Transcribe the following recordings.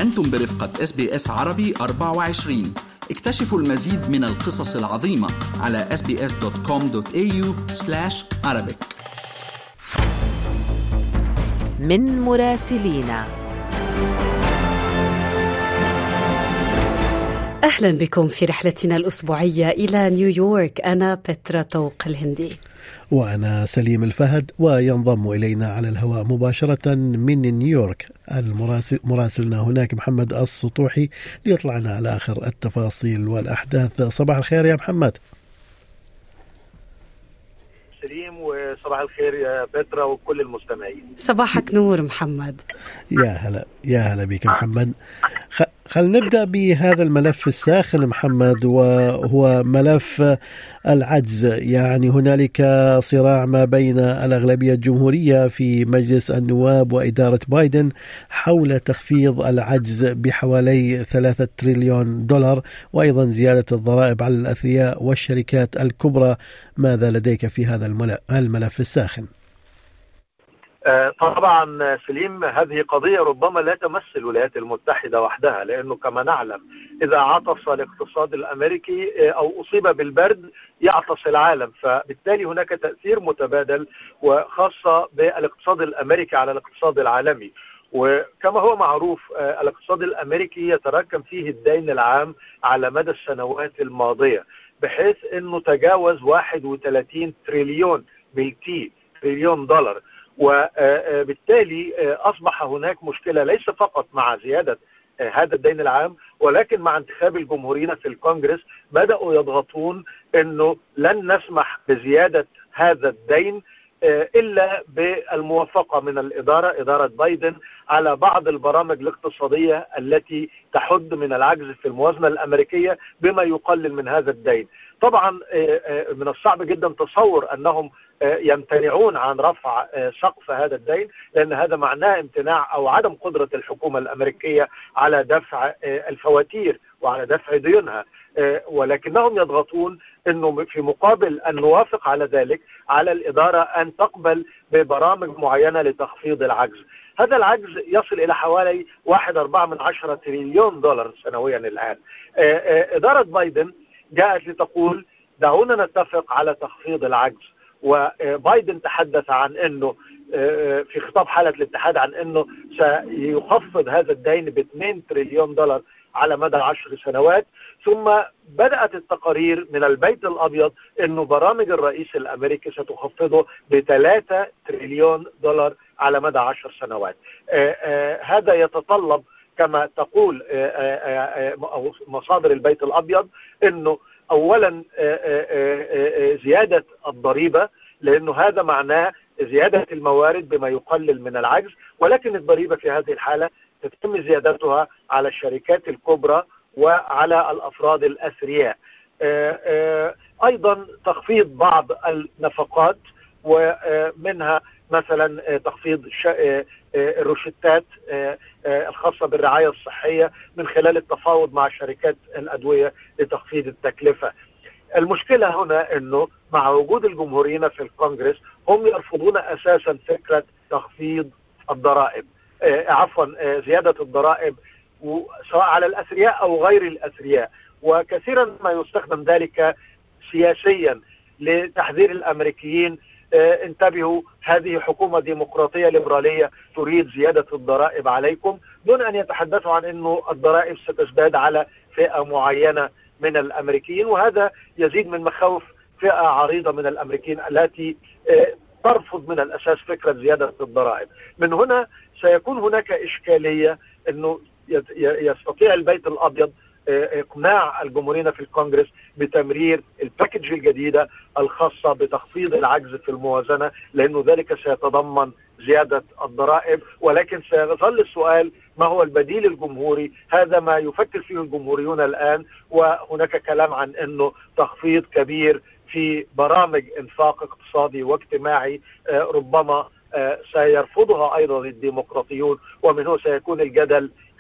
أنتم برفقة SBS عربي 24. اكتشفوا المزيد من القصص العظيمة على sbs.com.au/Arabic. من مراسلينا. أهلا بكم في رحلتنا الأسبوعية إلى نيويورك. أنا بترا طوق الهندي وأنا سليم الفهد، وينضم إلينا على الهواء مباشرة من نيويورك مراسلنا هناك محمد السطوحي ليطلعنا على آخر التفاصيل والأحداث. صباح الخير يا محمد. سليم، وصباح الخير يا بترا وكل المستمعين. صباحك نور محمد. يا هلا بك محمد. خل نبدأ بهذا الملف الساخن محمد، وهو ملف العجز. يعني هنالك صراع ما بين الأغلبية الجمهورية في مجلس النواب وإدارة بايدن حول تخفيض العجز بحوالي 3 تريليون دولار، وأيضا زيادة الضرائب على الأثرياء والشركات الكبرى. ماذا لديك في هذا الملف الساخن؟ طبعا سليم، هذه قضية ربما لا تمس الولايات المتحدة وحدها، لأنه كما نعلم إذا عطس الاقتصاد الأمريكي أو أصيب بالبرد يعطس العالم، فبالتالي هناك تأثير متبادل وخاصة بالاقتصاد الأمريكي على الاقتصاد العالمي. وكما هو معروف الاقتصاد الأمريكي يتراكم فيه الدين العام على مدى السنوات الماضية، بحيث أنه تجاوز 31 تريليون تريليون دولار. وبالتالي أصبح هناك مشكلة ليس فقط مع زيادة هذا الدين العام، ولكن مع انتخاب الجمهوريين في الكونغرس بدأوا يضغطون أنه لن نسمح بزيادة هذا الدين إلا بالموافقة من إدارة بايدن على بعض البرامج الاقتصادية التي تحد من العجز في الموازنة الأمريكية بما يقلل من هذا الدين. طبعا من الصعب جدا تصور أنهم يمتنعون عن رفع سقف هذا الدين، لأن هذا معناه امتناع أو عدم قدرة الحكومة الأمريكية على دفع الفواتير وعلى دفع ديونها، ولكنهم يضغطون أنه في مقابل أن نوافق على ذلك على الإدارة أن تقبل ببرامج معينة لتخفيض العجز. هذا العجز يصل إلى حوالي 1.4 تريليون دولار سنويا الآن. إدارة بايدن جاءت لتقول دعونا نتفق على تخفيض العجز، وبايدن تحدث عن أنه في خطاب حالة الاتحاد عن أنه سيخفض هذا الدين ب2 تريليون دولار على مدى 10 سنوات. ثم بدأت التقارير من البيت الأبيض أنه برامج الرئيس الأمريكي ستخفضه ب3 تريليون دولار على مدى 10 سنوات. هذا يتطلب كما تقول مصادر البيت الأبيض أنه أولا زيادة الضريبة، لأنه هذا معناه زيادة الموارد بما يقلل من العجز، ولكن الضريبة في هذه الحالة تتم زيادتها على الشركات الكبرى وعلى الأفراد الأثرياء. أيضا تخفيض بعض النفقات، ومنها مثلا تخفيض الروشتات الخاصة بالرعاية الصحية من خلال التفاوض مع شركات الأدوية لتخفيض التكلفة. المشكلة هنا أنه مع وجود الجمهوريين في الكونغرس هم يرفضون أساسا فكرة تخفيض الضرائب، زيادة الضرائب سواء على الأثرياء أو غير الأثرياء، وكثيرا ما يستخدم ذلك سياسيا لتحذير الأمريكيين انتبهوا، هذه حكومة ديمقراطية ليبرالية تريد زيادة الضرائب عليكم، دون أن يتحدثوا عن أنه الضرائب ستزداد على فئة معينة من الأمريكيين، وهذا يزيد من مخاوف فئة عريضة من الأمريكيين التي ترفض من الأساس فكرة زيادة الضرائب. من هنا سيكون هناك إشكالية أنه يستطيع البيت الأبيض إقناع الجمهوريين في الكونغرس بتمرير الباكج الجديدة الخاصة بتخفيض العجز في الموازنة، لأنه ذلك سيتضمن زيادة الضرائب. ولكن سيظل السؤال ما هو البديل الجمهوري؟ هذا ما يفكر فيه الجمهوريون الآن، وهناك كلام عن أنه تخفيض كبير في برامج إنفاق اقتصادي واجتماعي ربما سيرفضها أيضا الديمقراطيون، ومنه سيكون الجدل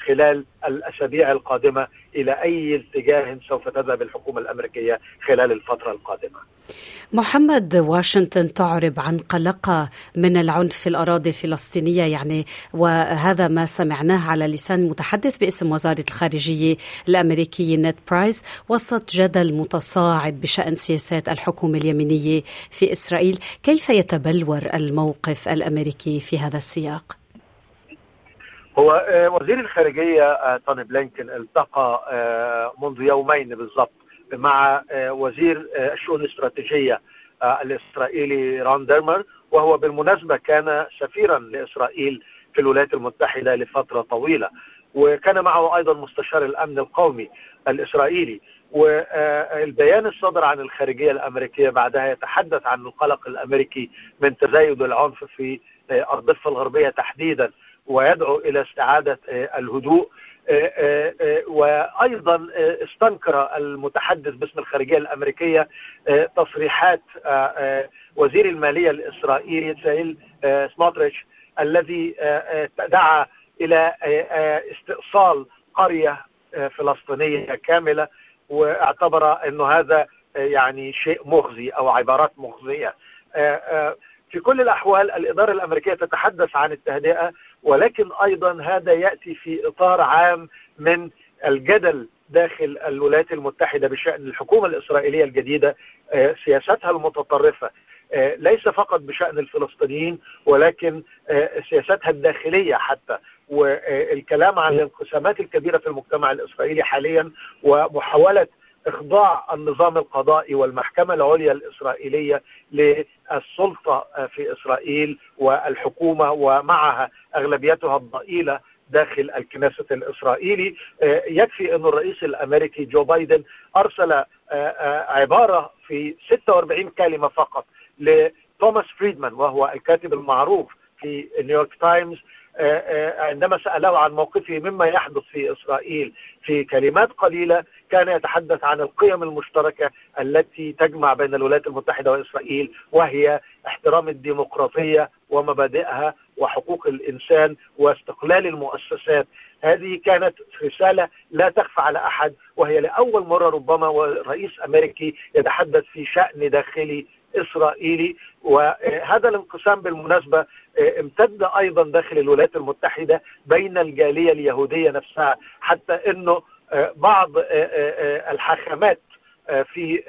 خلال الأسابيع القادمة إلى أي اتجاه سوف تذهب الحكومة الأمريكية خلال الفترة القادمة. محمد، واشنطن تعرب عن قلقها من العنف في الأراضي الفلسطينية، يعني وهذا ما سمعناه على لسان المتحدث باسم وزارة الخارجية الأمريكية نيد برايس وسط جدل متصاعد بشأن سياسات الحكومة اليمينية في إسرائيل. كيف يتبلور الموقف الأمريكي في هذا السياق؟ هو وزير الخارجية توني بلينكن التقى منذ يومين بالضبط مع وزير الشؤون الاستراتيجية الإسرائيلي ران ديرمر، وهو بالمناسبة كان سفيرا لإسرائيل في الولايات المتحدة لفترة طويلة، وكان معه أيضا مستشار الأمن القومي الإسرائيلي. والبيان الصادر عن الخارجية الأمريكية بعدها يتحدث عن القلق الأمريكي من تزايد العنف في الضفة الغربية تحديدا، ويدعو إلى استعادة الهدوء. وأيضا استنكر المتحدث باسم الخارجية الأمريكية تصريحات وزير المالية الإسرائيلي سائل سموتريتش الذي دعا إلى استئصال قرية فلسطينية كاملة، واعتبر أنه هذا يعني شيء مخزي أو عبارات مخزية. في كل الأحوال الإدارة الأمريكية تتحدث عن التهدئة، ولكن أيضا هذا يأتي في إطار عام من الجدل داخل الولايات المتحدة بشأن الحكومة الإسرائيلية الجديدة، سياستها المتطرفة ليس فقط بشأن الفلسطينيين ولكن سياستها الداخلية حتى، والكلام عن الانقسامات الكبيرة في المجتمع الإسرائيلي حاليا، ومحاولة إخضاع النظام القضائي والمحكمة العليا الإسرائيلية للسلطة في إسرائيل والحكومة ومعها أغلبيتها الضئيلة داخل الكنيسة الإسرائيلي. يكفي أن الرئيس الأمريكي جو بايدن أرسل عبارة في 46 كلمة فقط لتوماس فريدمان، وهو الكاتب المعروف في نيويورك تايمز، عندما سأله عن موقفه مما يحدث في إسرائيل. في كلمات قليلة كان يتحدث عن القيم المشتركة التي تجمع بين الولايات المتحدة وإسرائيل، وهي احترام الديمقراطية ومبادئها وحقوق الإنسان واستقلال المؤسسات. هذه كانت رسالة لا تخفى على أحد، وهي لأول مرة ربما ورئيس أمريكي يتحدث في شأن داخلي إسرائيلي. وهذا الانقسام بالمناسبة امتد أيضا داخل الولايات المتحدة بين الجالية اليهودية نفسها، حتى أنه بعض الحاخامات في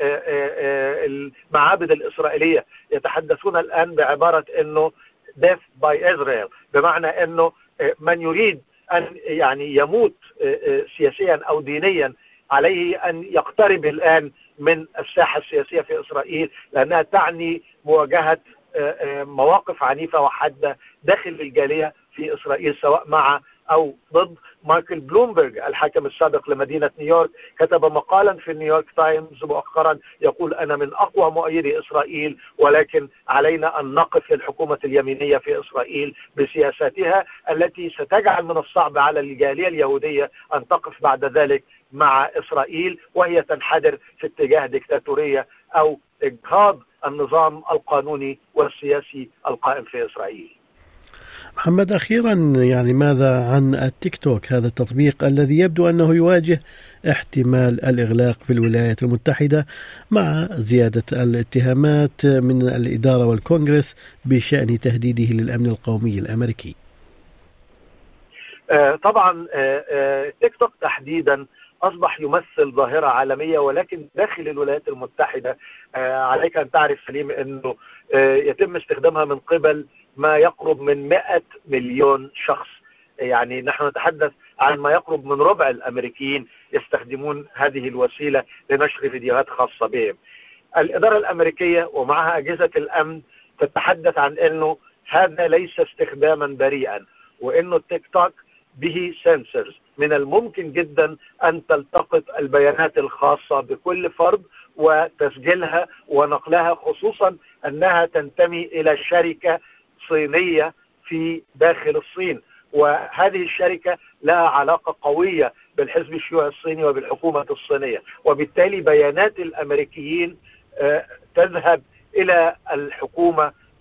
المعابد الإسرائيلية يتحدثون الآن بعبارة أنه death by Israel، بمعنى أنه من يريد أن يعني يموت سياسيا أو دينيا عليه أن يقترب الآن من الساحة السياسية في إسرائيل، لأنها تعني مواجهة مواقف عنيفة وحادة داخل الجالية في إسرائيل سواء مع أو ضد. مايكل بلومبرج الحاكم السابق لمدينة نيويورك كتب مقالا في نيويورك تايمز مؤخرا يقول: أنا من أقوى مؤيدي إسرائيل، ولكن علينا أن نقف للحكومة اليمينية في إسرائيل بسياساتها التي ستجعل من الصعب على الجالية اليهودية أن تقف بعد ذلك مع إسرائيل، وهي تنحدر في اتجاه ديكتاتورية أو إجهاض النظام القانوني والسياسي القائم في إسرائيل. محمد، أخيرا يعني ماذا عن التيك توك، هذا التطبيق الذي يبدو أنه يواجه احتمال الإغلاق في الولايات المتحدة مع زيادة الاتهامات من الإدارة والكونغرس بشأن تهديده للأمن القومي الأمريكي؟ طبعا تيك توك تحديدا أصبح يمثل ظاهرة عالمية، ولكن داخل الولايات المتحدة عليك أن تعرف سليم أنه يتم استخدامها من قبل ما يقرب من 100 مليون شخص. يعني نحن نتحدث عن ما يقرب من ربع الأمريكيين يستخدمون هذه الوسيلة لنشر فيديوهات خاصة بهم. الإدارة الأمريكية ومعها أجهزة الأمن تتحدث عن أنه هذا ليس استخداما بريئا، وأنه التيك توك به سنسرز، من الممكن جدا أن تلتقط البيانات الخاصة بكل فرد وتسجيلها ونقلها، خصوصا أنها تنتمي إلى شركة صينية في داخل الصين، وهذه الشركة لها علاقة قوية بالحزب الشيوعي الصيني وبالحكومة الصينية، وبالتالي بيانات الأمريكيين تذهب إلى الحكومة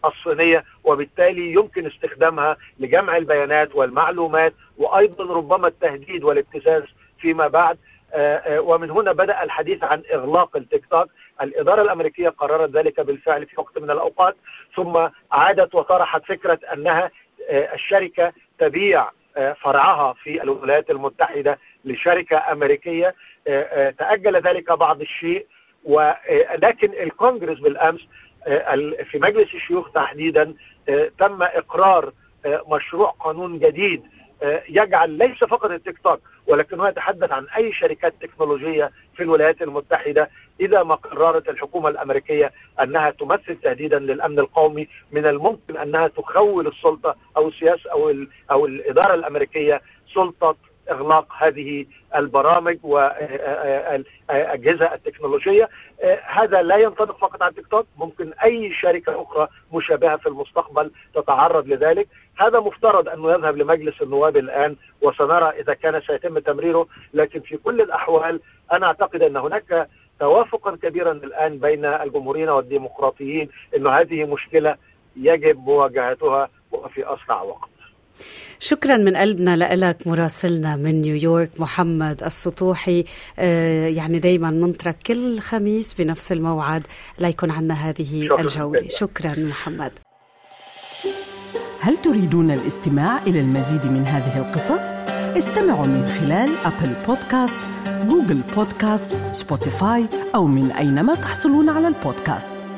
الصينية، وبالتالي يمكن استخدامها لجمع البيانات والمعلومات، وأيضا ربما التهديد والابتزاز فيما بعد. ومن هنا بدأ الحديث عن إغلاق التيك توك. الإدارة الأمريكية قررت ذلك بالفعل في وقت من الأوقات، ثم عادت وطرحت فكرة أنها الشركة تبيع فرعها في الولايات المتحدة لشركة أمريكية. تأجل ذلك بعض الشيء، ولكن الكونغرس بالأمس في مجلس الشيوخ تحديدا تم إقرار مشروع قانون جديد يجعل ليس فقط التيك توك، ولكنه يتحدث عن أي شركات تكنولوجية في الولايات المتحدة إذا ما قررت الحكومة الأمريكية أنها تمثل تهديدا للأمن القومي، من الممكن أنها تخول السلطة أو السياسة أو الإدارة الأمريكية سلطة إغلاق هذه البرامج والأجهزة التكنولوجية. هذا لا ينطبق فقط على تيك توك، ممكن أي شركة أخرى مشابهة في المستقبل تتعرض لذلك. هذا مفترض أنه يذهب لمجلس النواب الآن، وسنرى إذا كان سيتم تمريره. لكن في كل الأحوال أنا أعتقد أن هناك توافقا كبيرا الآن بين الجمهوريين والديمقراطيين أن هذه مشكلة يجب مواجهتها وفي أسرع وقت. شكرا من قلبنا لك مراسلنا من نيويورك محمد السطوحي. يعني دايما منترك كل خميس بنفس الموعد ليكون عنا هذه الجولة. شكرا محمد. هل تريدون الاستماع إلى المزيد من هذه القصص؟ استمعوا من خلال أبل بودكاست، جوجل بودكاست، سبوتيفاي أو من أينما تحصلون على البودكاست.